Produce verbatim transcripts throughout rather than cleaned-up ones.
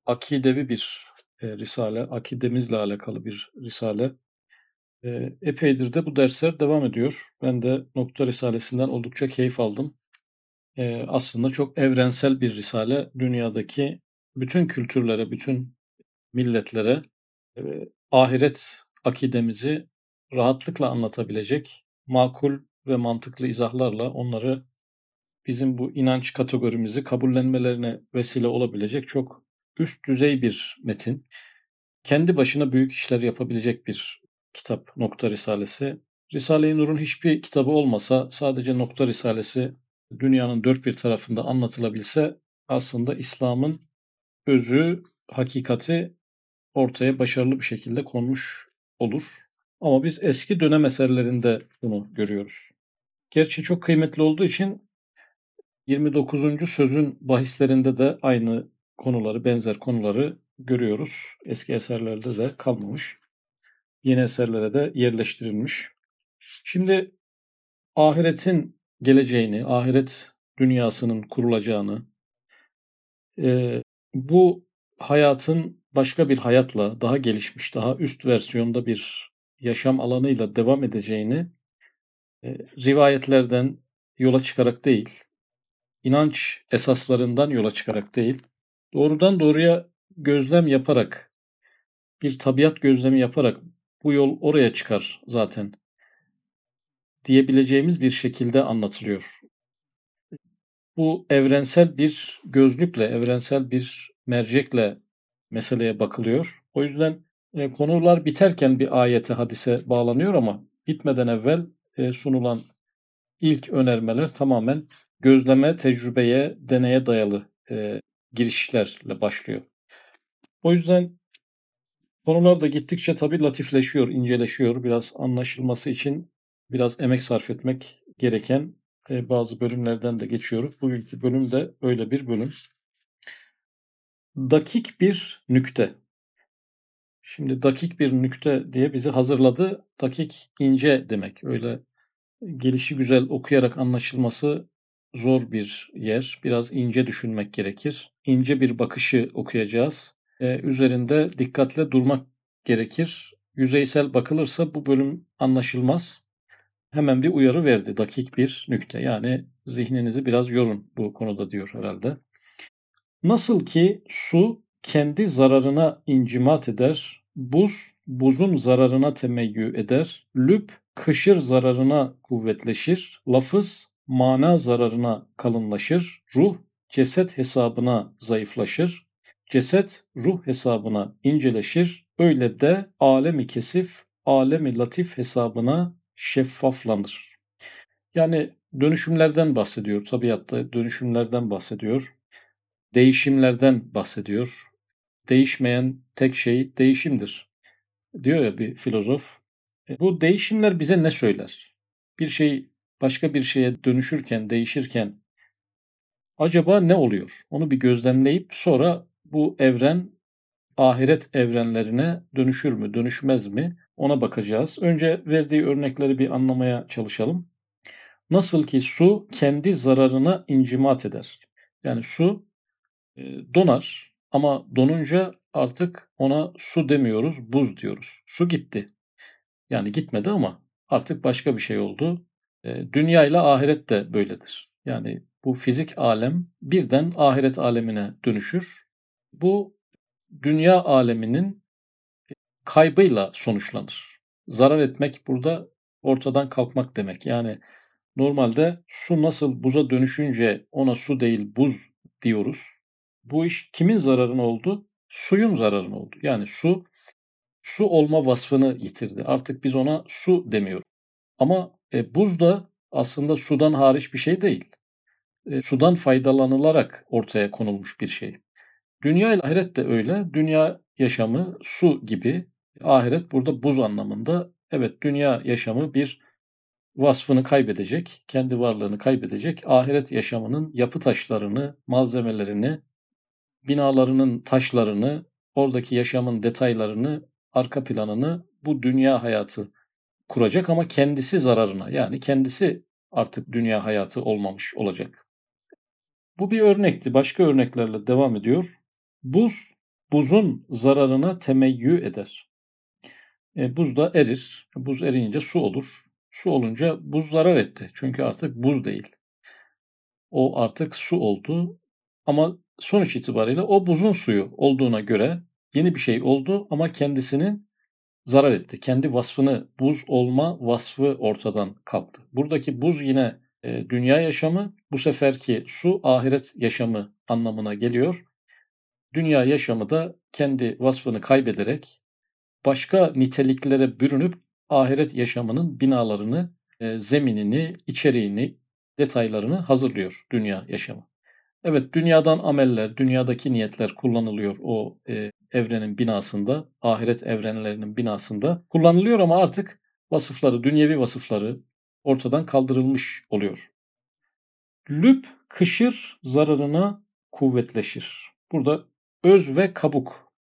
akidevi bir e, risale, akidemizle alakalı bir risale. E, epeydir de bu dersler devam ediyor. Ben de Nokta Risalesinden oldukça keyif aldım. E, aslında çok evrensel bir risale. Dünyadaki bütün kültürlere, bütün milletlere e, ahiret akidemizi rahatlıkla anlatabilecek, makul ve mantıklı izahlarla onları bizim bu inanç kategorimizi kabullenmelerine vesile olabilecek çok üst düzey bir metin. Kendi başına büyük işler yapabilecek bir kitap Nokta Risalesi. Risale-i Nur'un hiçbir kitabı olmasa sadece Nokta Risalesi dünyanın dört bir tarafında anlatılabilse aslında İslam'ın özü, hakikati ortaya başarılı bir şekilde konmuş olur. Ama biz eski dönem eserlerinde bunu görüyoruz. Gerçi çok kıymetli olduğu için yirmi dokuzuncu sözün bahislerinde de aynı konuları, benzer konuları görüyoruz. Eski eserlerde de kalmamış. Yeni eserlere de yerleştirilmiş. Şimdi ahiretin geleceğini, ahiret dünyasının kurulacağını, e, bu hayatın başka bir hayatla, daha gelişmiş, daha üst versiyonda bir yaşam alanıyla devam edeceğini e, rivayetlerden yola çıkarak değil, inanç esaslarından yola çıkarak değil, doğrudan doğruya gözlem yaparak, bir tabiat gözlemi yaparak bu yol oraya çıkar zaten diyebileceğimiz bir şekilde anlatılıyor. Bu evrensel bir gözlükle, evrensel bir mercekle meseleye bakılıyor. O yüzden e, konular biterken bir ayete, hadise bağlanıyor ama bitmeden evvel e, sunulan ilk önermeler tamamen gözleme, tecrübeye, deneye dayalı e, girişlerle başlıyor. O yüzden konular da gittikçe tabii latifleşiyor, inceleşiyor. Biraz anlaşılması için biraz emek sarf etmek gereken e, bazı bölümlerden de geçiyoruz. Bugünkü bölüm de öyle bir bölüm. Dakik bir nükte. Şimdi dakik bir nükte diye bizi hazırladı. Dakik ince demek. Öyle gelişi güzel okuyarak anlaşılması zor bir yer. Biraz ince düşünmek gerekir. İnce bir bakışı okuyacağız. Ee, üzerinde dikkatle durmak gerekir. Yüzeysel bakılırsa bu bölüm anlaşılmaz. Hemen bir uyarı verdi. Dakik bir nükte. Yani zihninizi biraz yorun bu konuda diyor herhalde. Nasıl ki su kendi zararına incimat eder, buz buzun zararına temeyyü eder, lüp kışır zararına kuvvetleşir, lafız mana zararına kalınlaşır, ruh ceset hesabına zayıflaşır, ceset ruh hesabına inceleşir, öyle de alemi kesif, alemi latif hesabına şeffaflanır. Yani dönüşümlerden bahsediyor, tabiatta dönüşümlerden bahsediyor. Değişimlerden bahsediyor. Değişmeyen tek şey değişimdir. Diyor ya bir filozof. E, Bu değişimler bize ne söyler? Bir şey başka bir şeye dönüşürken, değişirken acaba ne oluyor? Onu bir gözlemleyip sonra bu evren ahiret evrenlerine dönüşür mü, dönüşmez mi? Ona bakacağız. Önce verdiği örnekleri bir anlamaya çalışalım. Nasıl ki su kendi zararına incimat eder. Yani su e, donar ama donunca artık ona su demiyoruz, buz diyoruz. Su gitti. Yani gitmedi ama artık başka bir şey oldu. E, dünya ile ahiret de böyledir. Yani bu fizik alem birden ahiret alemine dönüşür. Bu dünya aleminin kaybıyla sonuçlanır. Zarar etmek burada ortadan kalkmak demek. Yani normalde su nasıl buza dönüşünce ona su değil buz diyoruz. Bu iş kimin zararına oldu? Suyun zararına oldu. Yani su su olma vasfını yitirdi. Artık biz ona su demiyoruz. Ama e, buz da aslında sudan hariç bir şey değil. E, sudan faydalanılarak ortaya konulmuş bir şey. Dünya ile ahiret de öyle. Dünya yaşamı su gibi. Ahiret burada buz anlamında. Evet, dünya yaşamı bir vasfını kaybedecek, kendi varlığını kaybedecek. Ahiret yaşamının yapı taşlarını, malzemelerini, binalarının taşlarını, oradaki yaşamın detaylarını, arka planını bu dünya hayatı kuracak ama kendisi zararına. Yani kendisi artık dünya hayatı olmamış olacak. Bu bir örnekti. Başka örneklerle devam ediyor. Buz buzun zararına temeyyü eder. E, buz da erir. Buz eriyince su olur. Su olunca buz zarar etti. Çünkü artık buz değil. O artık su oldu. Ama sonuç itibariyle o buzun suyu olduğuna göre yeni bir şey oldu ama kendisini zarar etti. Kendi vasfını, buz olma vasfı ortadan kalktı. Buradaki buz yine e, dünya yaşamı, bu seferki su ahiret yaşamı anlamına geliyor. Dünya yaşamı da kendi vasfını kaybederek başka niteliklere bürünüp ahiret yaşamının binalarını, e, zeminini, içeriğini, detaylarını hazırlıyor dünya yaşamı. Evet, dünyadan ameller, dünyadaki niyetler kullanılıyor o e, evrenin binasında, ahiret evrenlerinin binasında kullanılıyor ama artık vasıfları, dünyevi vasıfları ortadan kaldırılmış oluyor. Lüp kışır zararına kuvvetleşir. Burada öz ve kabuk.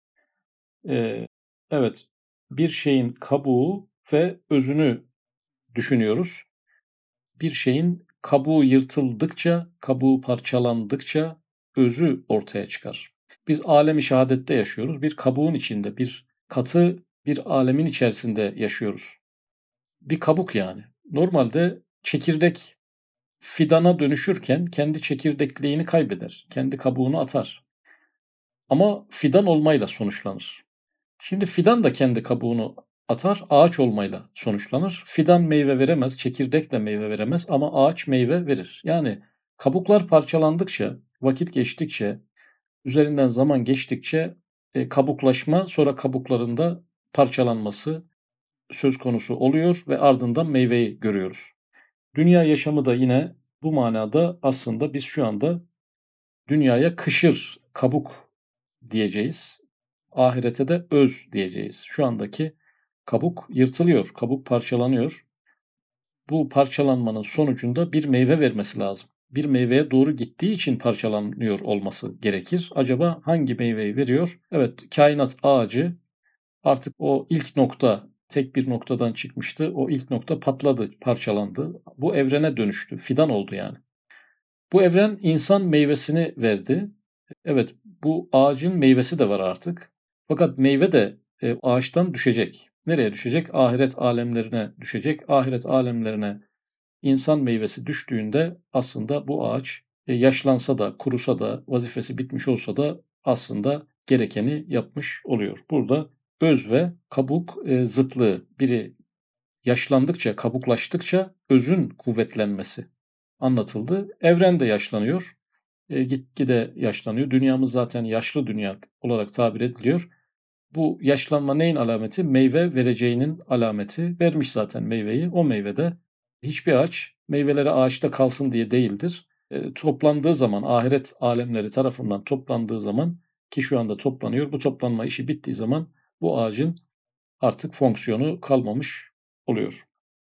Ee, evet, bir şeyin kabuğu ve özünü düşünüyoruz. Bir şeyin kabuğu yırtıldıkça, kabuğu parçalandıkça özü ortaya çıkar. Biz alem-i şehadette yaşıyoruz. Bir kabuğun içinde, bir katı bir alemin içerisinde yaşıyoruz. Bir kabuk yani. Normalde çekirdek fidana dönüşürken kendi çekirdekliğini kaybeder. Kendi kabuğunu atar. Ama fidan olmayla sonuçlanır. Şimdi fidan da kendi kabuğunu atar, ağaç olmayla sonuçlanır. Fidan meyve veremez, çekirdek de meyve veremez ama ağaç meyve verir. Yani kabuklar parçalandıkça, vakit geçtikçe, üzerinden zaman geçtikçe e, kabuklaşma, sonra kabukların da parçalanması söz konusu oluyor ve ardından meyveyi görüyoruz. Dünya yaşamı da yine bu manada aslında biz şu anda dünyaya kışır, kabuk diyeceğiz. Ahirete de öz diyeceğiz. Şu andaki kabuk yırtılıyor, kabuk parçalanıyor. Bu parçalanmanın sonucunda bir meyve vermesi lazım. Bir meyveye doğru gittiği için parçalanıyor olması gerekir. Acaba hangi meyveyi veriyor? Evet, kainat ağacı artık o ilk nokta tek bir noktadan çıkmıştı. O ilk nokta patladı, parçalandı. Bu evrene dönüştü, fidan oldu yani. Bu evren insan meyvesini verdi. Evet, bu ağacın meyvesi de var artık. Fakat meyve de e, ağaçtan düşecek. Nereye düşecek? Ahiret alemlerine düşecek. Ahiret alemlerine insan meyvesi düştüğünde aslında bu ağaç e, yaşlansa da, kurusa da, vazifesi bitmiş olsa da aslında gerekeni yapmış oluyor. Burada öz ve kabuk e, zıtlığı, biri yaşlandıkça, kabuklaştıkça özün kuvvetlenmesi anlatıldı. Evren de yaşlanıyor. E, gitgide yaşlanıyor. Dünyamız zaten yaşlı dünya olarak tabir ediliyor. Bu yaşlanma neyin alameti? Meyve vereceğinin alameti. Vermiş zaten meyveyi. O meyvede hiçbir ağaç meyveleri ağaçta kalsın diye değildir. E, toplandığı zaman, ahiret alemleri tarafından toplandığı zaman, ki şu anda toplanıyor, bu toplanma işi bittiği zaman bu ağacın artık fonksiyonu kalmamış oluyor.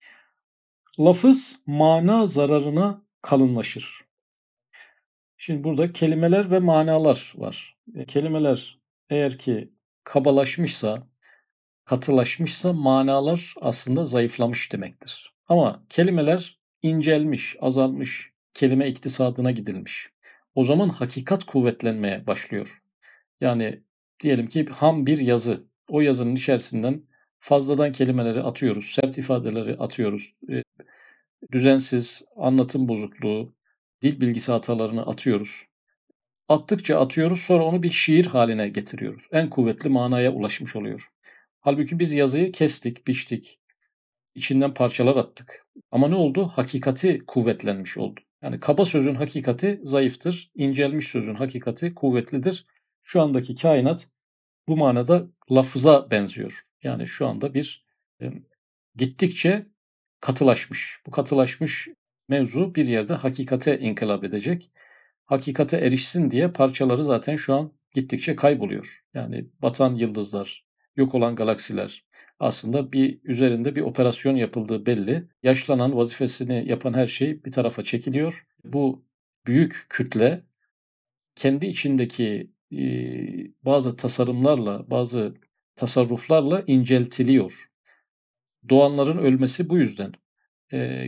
Lafız mana zararına kalınlaşır. Şimdi burada kelimeler ve manalar var. E, kelimeler eğer ki kabalaşmışsa, katılaşmışsa manalar aslında zayıflamış demektir. Ama kelimeler incelmiş, azalmış, kelime iktisadına gidilmiş. O zaman hakikat kuvvetlenmeye başlıyor. Yani diyelim ki ham bir yazı. O yazının içerisinden fazladan kelimeleri atıyoruz, sert ifadeleri atıyoruz. E, düzensiz, anlatım bozukluğu, dil bilgisi hatalarını atıyoruz. Attıkça atıyoruz, sonra onu bir şiir haline getiriyoruz. En kuvvetli manaya ulaşmış oluyor. Halbuki biz yazıyı kestik, biçtik, içinden parçalar attık. Ama ne oldu? Hakikati kuvvetlenmiş oldu. Yani kaba sözün hakikati zayıftır, incelmiş sözün hakikati kuvvetlidir. Şu andaki kainat bu manada lafıza benziyor. Yani şu anda bir e, gittikçe katılaşmış. Bu katılaşmış mevzu bir yerde hakikate inkılap edecek. Hakikate erişsin diye parçaları zaten şu an gittikçe kayboluyor. Yani batan yıldızlar, yok olan galaksiler aslında bir üzerinde bir operasyon yapıldığı belli. Yaşlanan, vazifesini yapan her şey bir tarafa çekiliyor. Bu büyük kütle kendi içindeki e, bazı tasarımlarla, bazı tasarruflarla inceltiliyor. Doğanların ölmesi bu yüzden. Ee,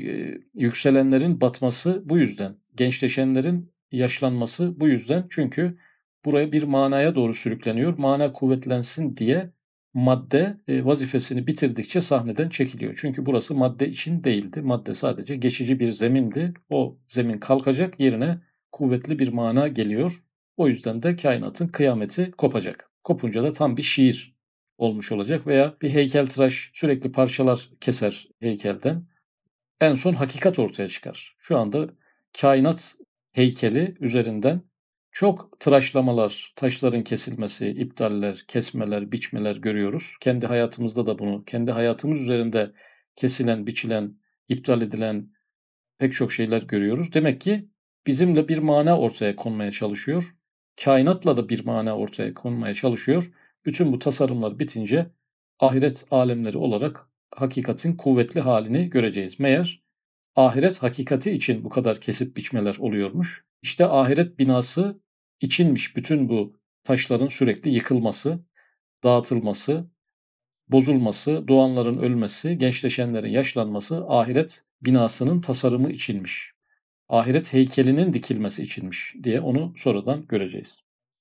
yükselenlerin batması bu yüzden. Gençleşenlerin yaşlanması bu yüzden. Çünkü buraya bir manaya doğru sürükleniyor. Mana kuvvetlensin diye madde e, vazifesini bitirdikçe sahneden çekiliyor. Çünkü burası madde için değildi. Madde sadece geçici bir zemindi. O zemin kalkacak, yerine kuvvetli bir mana geliyor. O yüzden de kainatın kıyameti kopacak. Kopunca da tam bir şiir olmuş olacak veya bir heykeltıraş sürekli parçalar keser heykelden. En son hakikat ortaya çıkar. Şu anda kainat heykeli üzerinden çok tıraşlamalar, taşların kesilmesi, iptaller, kesmeler, biçmeler görüyoruz. Kendi hayatımızda da bunu, kendi hayatımız üzerinde kesilen, biçilen, iptal edilen pek çok şeyler görüyoruz. Demek ki bizimle bir mana ortaya konmaya çalışıyor. Kainatla da bir mana ortaya konmaya çalışıyor. Bütün bu tasarımlar bitince ahiret alemleri olarak hakikatin kuvvetli halini göreceğiz. Meğer ahiret hakikati için bu kadar kesip biçmeler oluyormuş. İşte ahiret binası içinmiş bütün bu taşların sürekli yıkılması, dağıtılması, bozulması, doğanların ölmesi, gençleşenlerin yaşlanması ahiret binasının tasarımı içinmiş. Ahiret heykelinin dikilmesi içinmiş diye onu sonradan göreceğiz.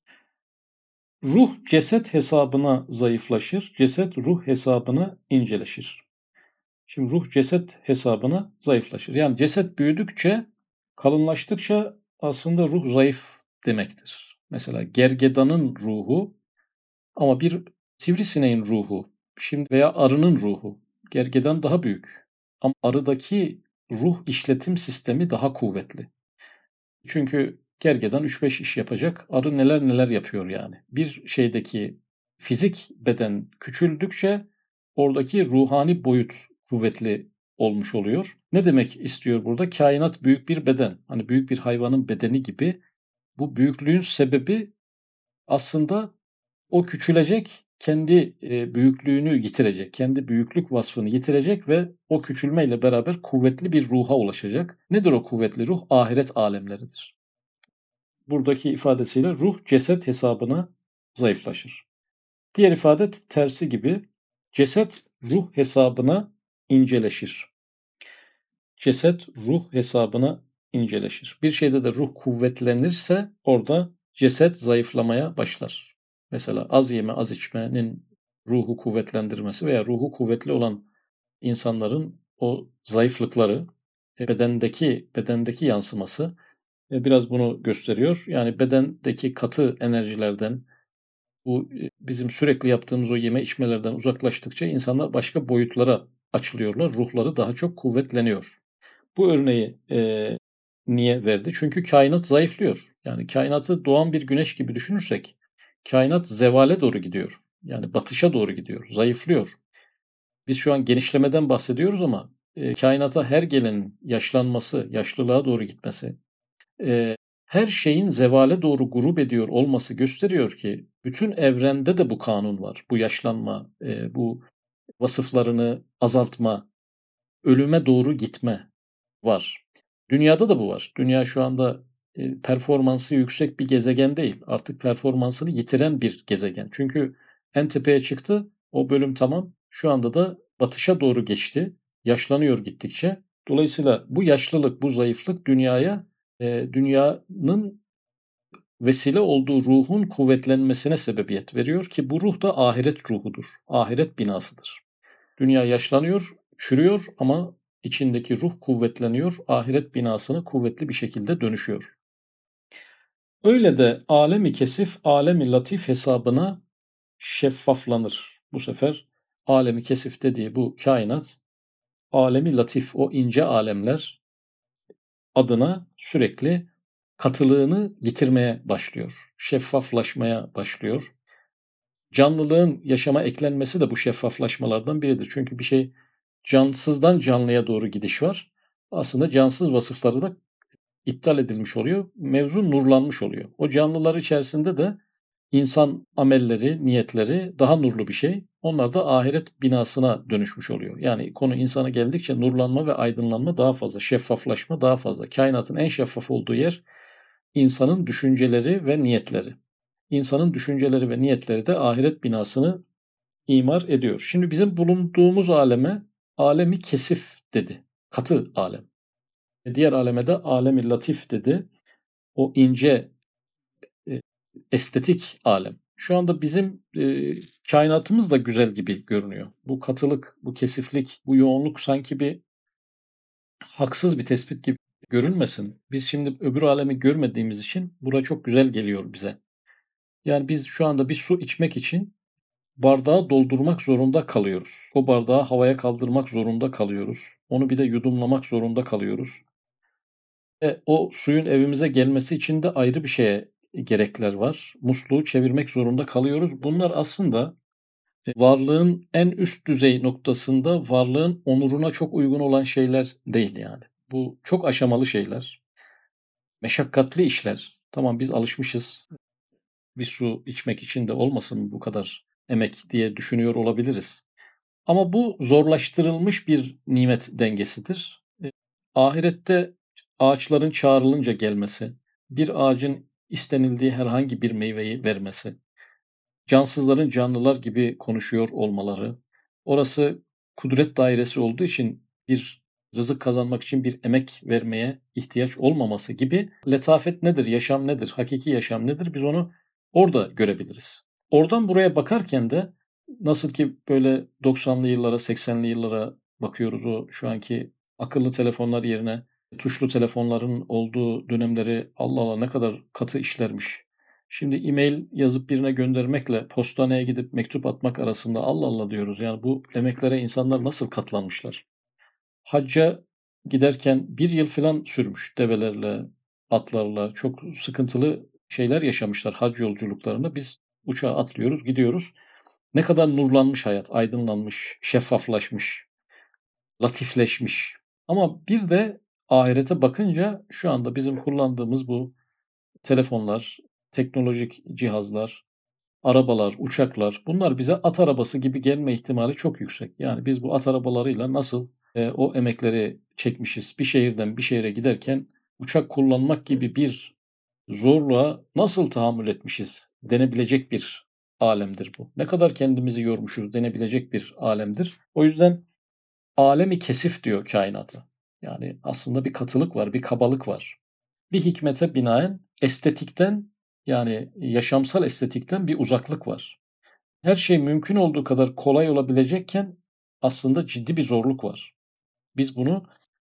Ruh ceset hesabına zayıflaşır, ceset ruh hesabına inceleşir. Şimdi ruh ceset hesabına zayıflaşır. Yani ceset büyüdükçe, kalınlaştıkça aslında ruh zayıf demektir. Mesela gergedanın ruhu ama bir sivrisineğin ruhu, şimdi veya arının ruhu. Gergedan daha büyük. Ama arıdaki ruh işletim sistemi daha kuvvetli. Çünkü gergedan üç beş iş yapacak. Arı neler neler yapıyor yani. Bir şeydeki fizik beden küçüldükçe oradaki ruhani boyut kuvvetli olmuş oluyor. Ne demek istiyor burada? Kainat büyük bir beden. Hani büyük bir hayvanın bedeni gibi. Bu büyüklüğün sebebi aslında o küçülecek, kendi e, büyüklüğünü yitirecek, kendi büyüklük vasfını yitirecek ve o küçülmeyle beraber kuvvetli bir ruha ulaşacak. Nedir o kuvvetli ruh? Ahiret alemleridir. Buradaki ifadesiyle ruh ceset hesabına zayıflaşır. Diğer ifade tersi gibi ceset ruh hesabına inceleşir. Ceset ruh hesabına inceleşir. Bir şeyde de ruh kuvvetlenirse orada ceset zayıflamaya başlar. Mesela az yeme az içmenin ruhu kuvvetlendirmesi veya ruhu kuvvetli olan insanların o zayıflıkları bedendeki bedendeki yansıması biraz bunu gösteriyor. Yani bedendeki katı enerjilerden, bu bizim sürekli yaptığımız o yeme içmelerden uzaklaştıkça insanlar başka boyutlara açılıyorlar. Ruhları daha çok kuvvetleniyor. Bu örneği e, niye verdi? Çünkü kainat zayıflıyor. Yani kainatı doğan bir güneş gibi düşünürsek, kainat zevale doğru gidiyor. Yani batışa doğru gidiyor, zayıflıyor. Biz şu an genişlemeden bahsediyoruz ama e, kainata her gelenin yaşlanması, yaşlılığa doğru gitmesi, e, her şeyin zevale doğru grup ediyor olması gösteriyor ki bütün evrende de bu kanun var. Bu yaşlanma, e, bu vasıflarını azaltma, ölüme doğru gitme var. Dünyada da bu var. Dünya şu anda e, performansı yüksek bir gezegen değil. Artık performansını yitiren bir gezegen. Çünkü en tepeye çıktı. O bölüm tamam. Şu anda da batışa doğru geçti. Yaşlanıyor gittikçe. Dolayısıyla bu yaşlılık, bu zayıflık dünyaya, e, dünyanın vesile olduğu ruhun kuvvetlenmesine sebebiyet veriyor ki bu ruh da ahiret ruhudur. Ahiret binasıdır. Dünya yaşlanıyor, çürüyor ama içindeki ruh kuvvetleniyor, ahiret binasını kuvvetli bir şekilde dönüşüyor. Öyle de alemi kesif, alemi latif hesabına şeffaflanır. Bu sefer alemi kesif dediği bu kainat, alemi latif, o ince alemler adına sürekli katılığını yitirmeye başlıyor. Şeffaflaşmaya başlıyor. Canlılığın yaşama eklenmesi de bu şeffaflaşmalardan biridir. Çünkü bir şey cansızdan canlıya doğru gidiş var. Aslında cansız vasıfları da iptal edilmiş oluyor. Mevzu nurlanmış oluyor. O canlılar içerisinde de insan amelleri, niyetleri daha nurlu bir şey. Onlar da ahiret binasına dönüşmüş oluyor. Yani konu insana geldikçe nurlanma ve aydınlanma daha fazla, şeffaflaşma daha fazla. Kainatın en şeffaf olduğu yer insanın düşünceleri ve niyetleri. İnsanın düşünceleri ve niyetleri de ahiret binasını imar ediyor. Şimdi bizim bulunduğumuz aleme alemi kesif dedi. Katı alem. Diğer aleme de alemi latif dedi. O ince estetik alem. Şu anda bizim e, kainatımız da güzel gibi görünüyor. Bu katılık, bu kesiflik, bu yoğunluk sanki bir haksız bir tespit gibi görünmesin. Biz şimdi öbür alemi görmediğimiz için bura çok güzel geliyor bize. Yani biz şu anda bir su içmek için bardağı doldurmak zorunda kalıyoruz. O bardağı havaya kaldırmak zorunda kalıyoruz. Onu bir de yudumlamak zorunda kalıyoruz. Ve o suyun evimize gelmesi için de ayrı bir şeye gerekler var. Musluğu çevirmek zorunda kalıyoruz. Bunlar aslında varlığın en üst düzey noktasında varlığın onuruna çok uygun olan şeyler değil yani. Bu çok aşamalı şeyler. Meşakkatli işler. Tamam biz alışmışız. Bir su içmek için de olmasın bu kadar emek diye düşünüyor olabiliriz. Ama bu zorlaştırılmış bir nimet dengesidir. E, Ahirette ağaçların çağrılınca gelmesi, bir ağacın istenildiği herhangi bir meyveyi vermesi, cansızların canlılar gibi konuşuyor olmaları, orası kudret dairesi olduğu için bir rızık kazanmak için bir emek vermeye ihtiyaç olmaması gibi letafet nedir, yaşam nedir, hakiki yaşam nedir biz onu orada görebiliriz. Oradan buraya bakarken de nasıl ki böyle doksanlı yıllara, seksenli yıllara bakıyoruz o şu anki akıllı telefonlar yerine tuşlu telefonların olduğu dönemleri Allah Allah ne kadar katı işlermiş. Şimdi e-mail yazıp birine göndermekle postaneye gidip mektup atmak arasında Allah Allah diyoruz. Yani bu emeklere insanlar nasıl katlanmışlar? Hacca giderken bir yıl falan sürmüş develerle, atlarla. Çok sıkıntılı şeyler yaşamışlar hac yolculuklarında. Biz uçağa atlıyoruz, gidiyoruz. Ne kadar nurlanmış hayat, aydınlanmış, şeffaflaşmış, latifleşmiş. Ama bir de ahirete bakınca şu anda bizim kullandığımız bu telefonlar, teknolojik cihazlar, arabalar, uçaklar bunlar bize at arabası gibi gelme ihtimali çok yüksek. Yani biz bu at arabalarıyla nasıl e, o emekleri çekmişiz. Bir şehirden bir şehre giderken uçak kullanmak gibi bir zorluğa nasıl tahammül etmişiz denebilecek bir alemdir bu. Ne kadar kendimizi yormuşuz denebilecek bir alemdir. O yüzden alemi kesif diyor kainata. Yani aslında bir katılık var, bir kabalık var. Bir hikmete binaen estetikten yani yaşamsal estetikten bir uzaklık var. Her şey mümkün olduğu kadar kolay olabilecekken aslında ciddi bir zorluk var. Biz bunu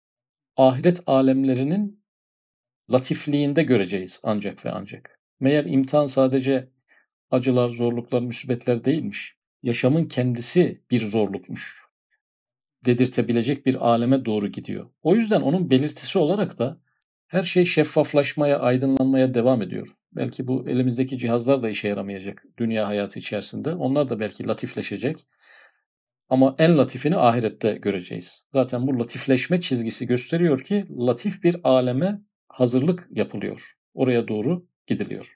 ahiret alemlerinin latifliğinde göreceğiz ancak ve ancak. Meğer imtihan sadece acılar, zorluklar, musibetler değilmiş. Yaşamın kendisi bir zorlukmuş. Dedirtebilecek bir aleme doğru gidiyor. O yüzden onun belirtisi olarak da her şey şeffaflaşmaya, aydınlanmaya devam ediyor. Belki bu elimizdeki cihazlar da işe yaramayacak dünya hayatı içerisinde. Onlar da belki latifleşecek. Ama en latifini ahirette göreceğiz. Zaten bu latifleşme çizgisi gösteriyor ki latif bir aleme hazırlık yapılıyor. Oraya doğru gidiliyor.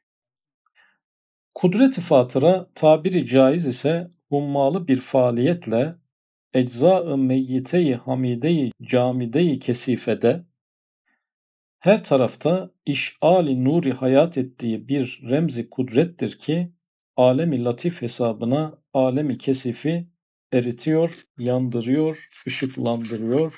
Kudret-i fatıra tabiri caiz ise hummalı bir faaliyetle ecza-ı meyyite-i hamide-i camide-i kesifede her tarafta iş'al-i nuri hayat ettiği bir remzi kudrettir ki alemi latif hesabına alemi kesifi eritiyor, yandırıyor, ışıklandırıyor.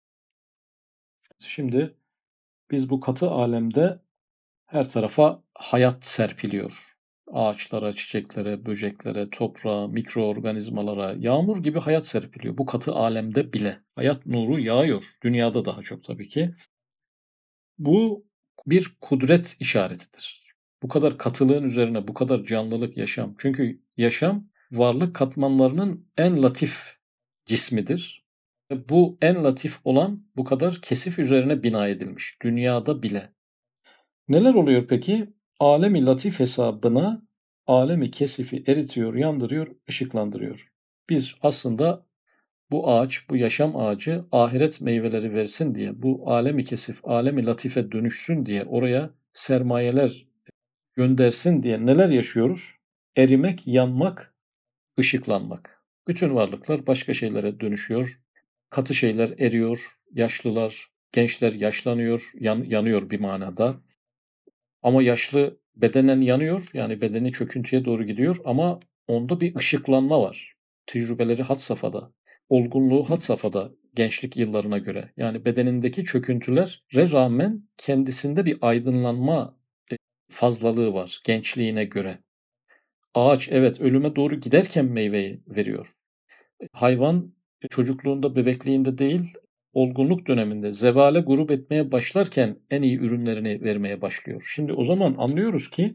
Şimdi biz bu katı alemde her tarafa hayat serpiliyor. Ağaçlara, çiçeklere, böceklere, toprağa, mikroorganizmalara, yağmur gibi hayat serpiliyor. Bu katı alemde bile hayat nuru yağıyor. Dünyada daha çok tabii ki. Bu bir kudret işaretidir. Bu kadar katılığın üzerine bu kadar canlılık yaşam. Çünkü yaşam varlık katmanlarının en latif cismidir. Ve bu en latif olan bu kadar kesif üzerine bina edilmiş. Dünyada bile. Neler oluyor peki? Alemi latif hesabına alemi kesifi eritiyor, yandırıyor, ışıklandırıyor. Biz aslında bu ağaç, bu yaşam ağacı ahiret meyveleri versin diye, bu alemi kesif, alemi latife dönüşsün diye, oraya sermayeler göndersin diye neler yaşıyoruz? Erimek, yanmak, ışıklanmak. Bütün varlıklar başka şeylere dönüşüyor. Katı şeyler eriyor, yaşlılar, gençler yaşlanıyor, yan, yanıyor bir manada. Ama yaşlı bedenen yanıyor, yani bedeni çöküntüye doğru gidiyor ama onda bir ışıklanma var. Tecrübeleri had safhada, olgunluğu had safhada gençlik yıllarına göre. Yani bedenindeki çöküntülere rağmen kendisinde bir aydınlanma fazlalığı var gençliğine göre. Ağaç evet ölüme doğru giderken meyveyi veriyor. Hayvan çocukluğunda, bebekliğinde değil, olgunluk döneminde zevale grup etmeye başlarken en iyi ürünlerini vermeye başlıyor. Şimdi o zaman anlıyoruz ki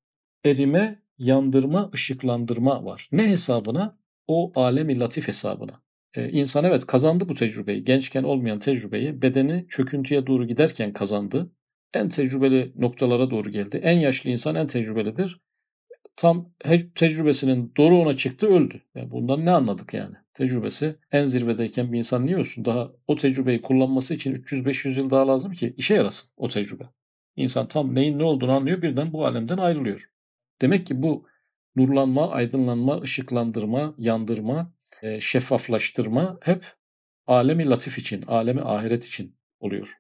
erime, yandırma, ışıklandırma var. Ne hesabına? O alemi latif hesabına. Ee, insan evet kazandı bu tecrübeyi. Gençken olmayan tecrübeyi bedeni çöküntüye doğru giderken kazandı. En tecrübeli noktalara doğru geldi. En yaşlı insan en tecrübelidir. Tam tecrübesinin doğru ona çıktı öldü. Yani bundan ne anladık yani? Tecrübesi en zirvedeyken bir insan niye ölsün? Daha o tecrübeyi kullanması için üç yüz beş yüz yıl daha lazım ki işe yarasın o tecrübe. İnsan tam neyin ne olduğunu anlıyor birden bu alemden ayrılıyor. Demek ki bu nurlanma, aydınlanma, ışıklandırma, yandırma, e, şeffaflaştırma hep alemi latif için, alemi ahiret için oluyor.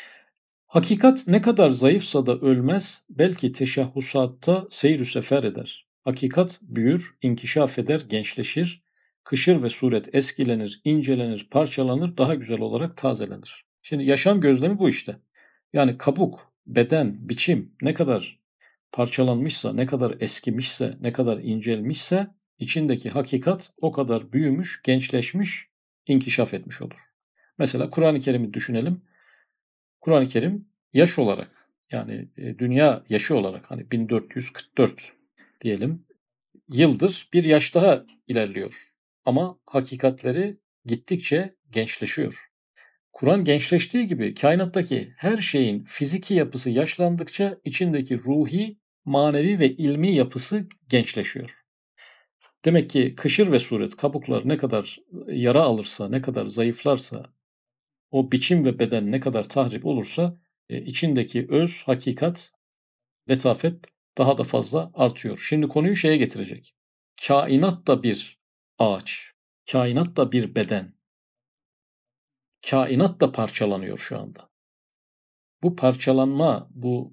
Hakikat ne kadar zayıfsa da ölmez, belki teşahhusatta seyr-ü sefer eder. Hakikat büyür, inkişaf eder, gençleşir, kışır ve suret eskilenir, incelenir, parçalanır, daha güzel olarak tazelenir. Şimdi yaşam gözlemi bu işte. Yani kabuk, beden, biçim ne kadar parçalanmışsa, ne kadar eskimişse, ne kadar incelmişse içindeki hakikat o kadar büyümüş, gençleşmiş, inkişaf etmiş olur. Mesela Kur'an-ı Kerim'i düşünelim. Kur'an-ı Kerim yaş olarak yani e, dünya yaşı olarak hani bin dört yüz kırk dört diyelim yıldır bir yaş daha ilerliyor. Ama hakikatleri gittikçe gençleşiyor. Kur'an gençleştiği gibi kainattaki her şeyin fiziki yapısı yaşlandıkça içindeki ruhi, manevi ve ilmi yapısı gençleşiyor. Demek ki kışır ve suret, kabuklar ne kadar yara alırsa, ne kadar zayıflarsa, o biçim ve beden ne kadar tahrip olursa e, içindeki öz, hakikat, letafet daha da fazla artıyor. Şimdi konuyu şeye getirecek. Kainat da bir ağaç, kainat da bir beden, kainat da parçalanıyor şu anda. Bu parçalanma, bu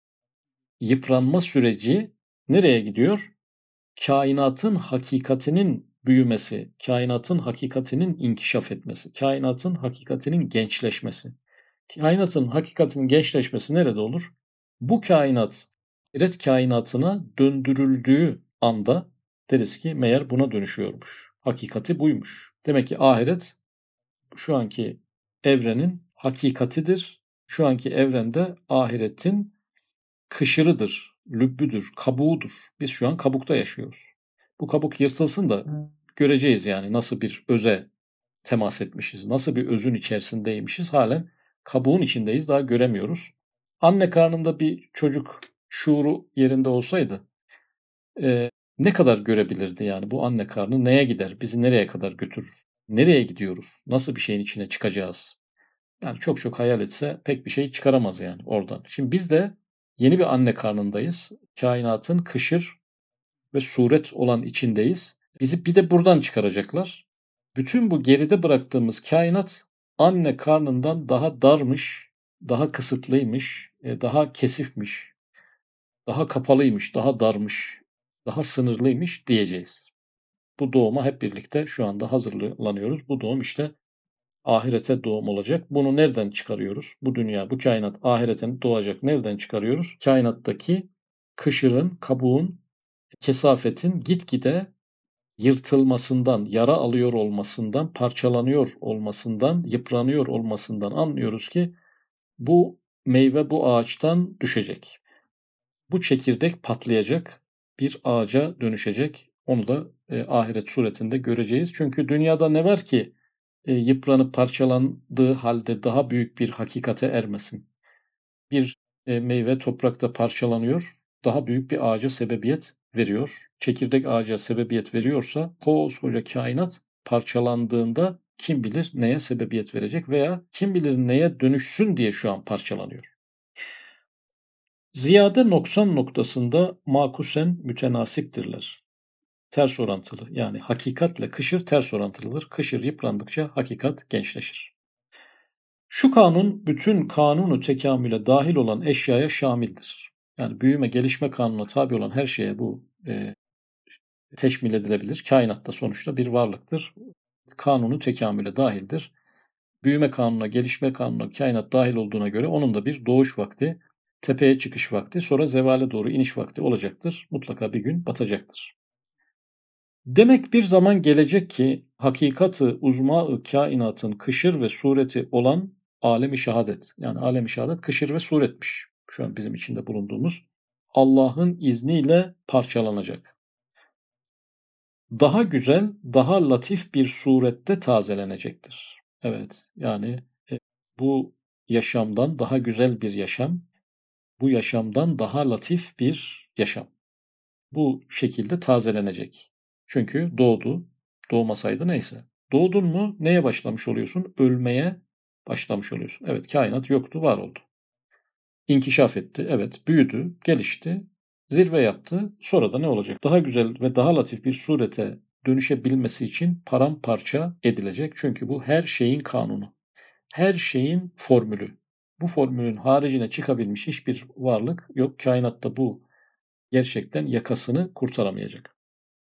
yıpranma süreci nereye gidiyor? Kainatın hakikatinin büyümesi, kainatın hakikatinin inkişaf etmesi, kainatın hakikatinin gençleşmesi. Kainatın hakikatinin gençleşmesi nerede olur? Bu kainat, ahiret kainatına döndürüldüğü anda deriz ki meğer buna dönüşüyormuş. Hakikati buymuş. Demek ki ahiret şu anki evrenin hakikatidir. Şu anki evrende ahiretin kışırıdır, lübbüdür, kabuğudur. Biz şu an kabukta yaşıyoruz. Bu kabuk yırtılsın da göreceğiz yani nasıl bir öze temas etmişiz, nasıl bir özün içerisindeymişiz. Halen kabuğun içindeyiz, daha göremiyoruz. Anne karnında bir çocuk şuuru yerinde olsaydı e, ne kadar görebilirdi yani bu anne karnı neye gider, bizi nereye kadar götürür, nereye gidiyoruz, nasıl bir şeyin içine çıkacağız. Yani çok çok hayal etse pek bir şey çıkaramaz yani oradan. Şimdi biz de yeni bir anne karnındayız. Kainatın kışır ve suret olan içindeyiz. Bizi bir de buradan çıkaracaklar. Bütün bu geride bıraktığımız kainat anne karnından daha darmış, daha kısıtlıymış, e, daha kesifmiş, daha kapalıymış, daha darmış, daha sınırlıymış diyeceğiz. Bu doğuma hep birlikte şu anda hazırlanıyoruz. Bu doğum işte ahirete doğum olacak. Bunu nereden çıkarıyoruz? Bu dünya, bu kainat ahirete doğacak. Nereden çıkarıyoruz? Kainattaki kışırın, kabuğun, kesafetin gitgide yırtılmasından, yara alıyor olmasından, parçalanıyor olmasından, yıpranıyor olmasından anlıyoruz ki bu meyve bu ağaçtan düşecek. Bu çekirdek patlayacak, bir ağaca dönüşecek. Onu da e, ahiret suretinde göreceğiz. Çünkü dünyada ne var ki e, yıpranıp parçalandığı halde daha büyük bir hakikate ermesin. Bir e, meyve toprakta parçalanıyor, daha büyük bir ağaca sebebiyet veriyor. Çekirdek ağaca sebebiyet veriyorsa koskoca kainat parçalandığında kim bilir neye sebebiyet verecek veya kim bilir neye dönüşsün diye şu an parçalanıyor. Ziyade noksan noktasında makusen mütenasiptirler. Ters orantılı yani hakikatle kışır ters orantılıdır. Kışır yıprandıkça hakikat gençleşir. Şu kanun bütün kanunu tekamüle dahil olan eşyaya şamildir. Yani büyüme, gelişme kanununa tabi olan her şeye bu e, teşmil edilebilir. Kainatta sonuçta bir varlıktır. Kanunu tekamüle dahildir. Büyüme kanununa, gelişme kanununa kainat dahil olduğuna göre onun da bir doğuş vakti, tepeye çıkış vakti, sonra zevale doğru iniş vakti olacaktır. Mutlaka bir gün batacaktır. Demek bir zaman gelecek ki hakikatı uzma-ı kainatın kışır ve sureti olan alemi şehadet. Yani alemi şehadet kışır ve suretmiş. Şu an bizim içinde bulunduğumuz. Allah'ın izniyle parçalanacak. Daha güzel, daha latif bir surette tazelenecektir. Evet, yani e, bu yaşamdan daha güzel bir yaşam, bu yaşamdan daha latif bir yaşam. Bu şekilde tazelenecek. Çünkü doğdu, doğmasaydı neyse. Doğdun mu neye başlamış oluyorsun? Ölmeye başlamış oluyorsun. Evet, kainat yoktu, var oldu. İnkişaf etti, evet, büyüdü, gelişti, zirve yaptı. Sonra da ne olacak? Daha güzel ve daha latif bir surete dönüşebilmesi için paramparça edilecek. Çünkü bu her şeyin kanunu. Her şeyin formülü. Bu formülün haricine çıkabilmiş hiçbir varlık yok. Kainatta bu gerçekten yakasını kurtaramayacak.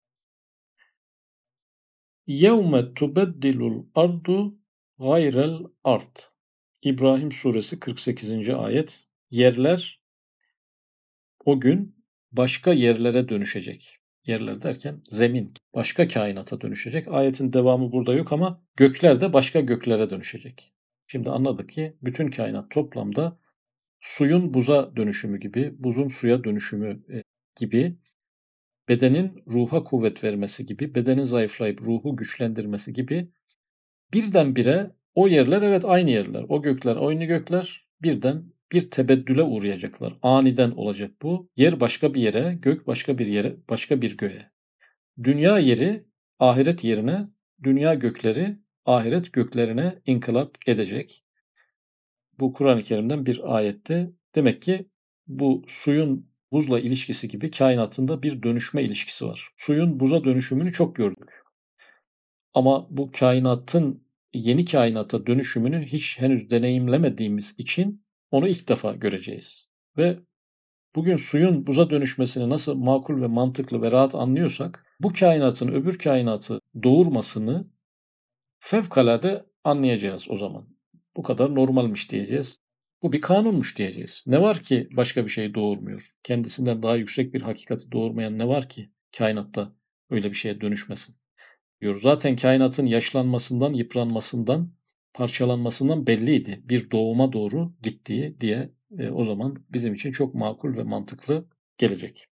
Yevme tubeddilul ardu gayrel ard. İbrahim suresi kırk sekizinci ayet. Yerler o gün başka yerlere dönüşecek. Yerler derken zemin başka kainata dönüşecek. Ayetin devamı burada yok ama gökler de başka göklere dönüşecek. Şimdi anladık ki bütün kainat toplamda suyun buza dönüşümü gibi, buzun suya dönüşümü e, gibi, bedenin ruha kuvvet vermesi gibi, bedenin zayıflayıp ruhu güçlendirmesi gibi birdenbire o yerler, evet, aynı yerler, o gökler aynı gökler, birden bir tebeddüle uğrayacaklar. Aniden olacak bu. Yer başka bir yere, gök başka bir yere, başka bir göğe. Dünya yeri ahiret yerine, dünya gökleri ahiret göklerine inkılap edecek. Bu Kur'an-ı Kerim'den bir ayette. Demek ki bu suyun buzla ilişkisi gibi kainatında bir dönüşme ilişkisi var. Suyun buza dönüşümünü çok gördük. Ama bu kainatın yeni kainata dönüşümünü hiç henüz deneyimlemediğimiz için onu ilk defa göreceğiz. Ve bugün suyun buza dönüşmesini nasıl makul ve mantıklı ve rahat anlıyorsak, bu kainatın öbür kainatı doğurmasını fevkalade anlayacağız o zaman. Bu kadar normalmiş diyeceğiz. Bu bir kanunmuş diyeceğiz. Ne var ki başka bir şey doğurmuyor? Kendisinden daha yüksek bir hakikati doğurmayan ne var ki kainatta öyle bir şeye dönüşmesin diyor. Zaten kainatın yaşlanmasından, yıpranmasından, parçalanmasından belliydi. Bir doğuma doğru gittiği diye e, o zaman bizim için çok makul ve mantıklı gelecek.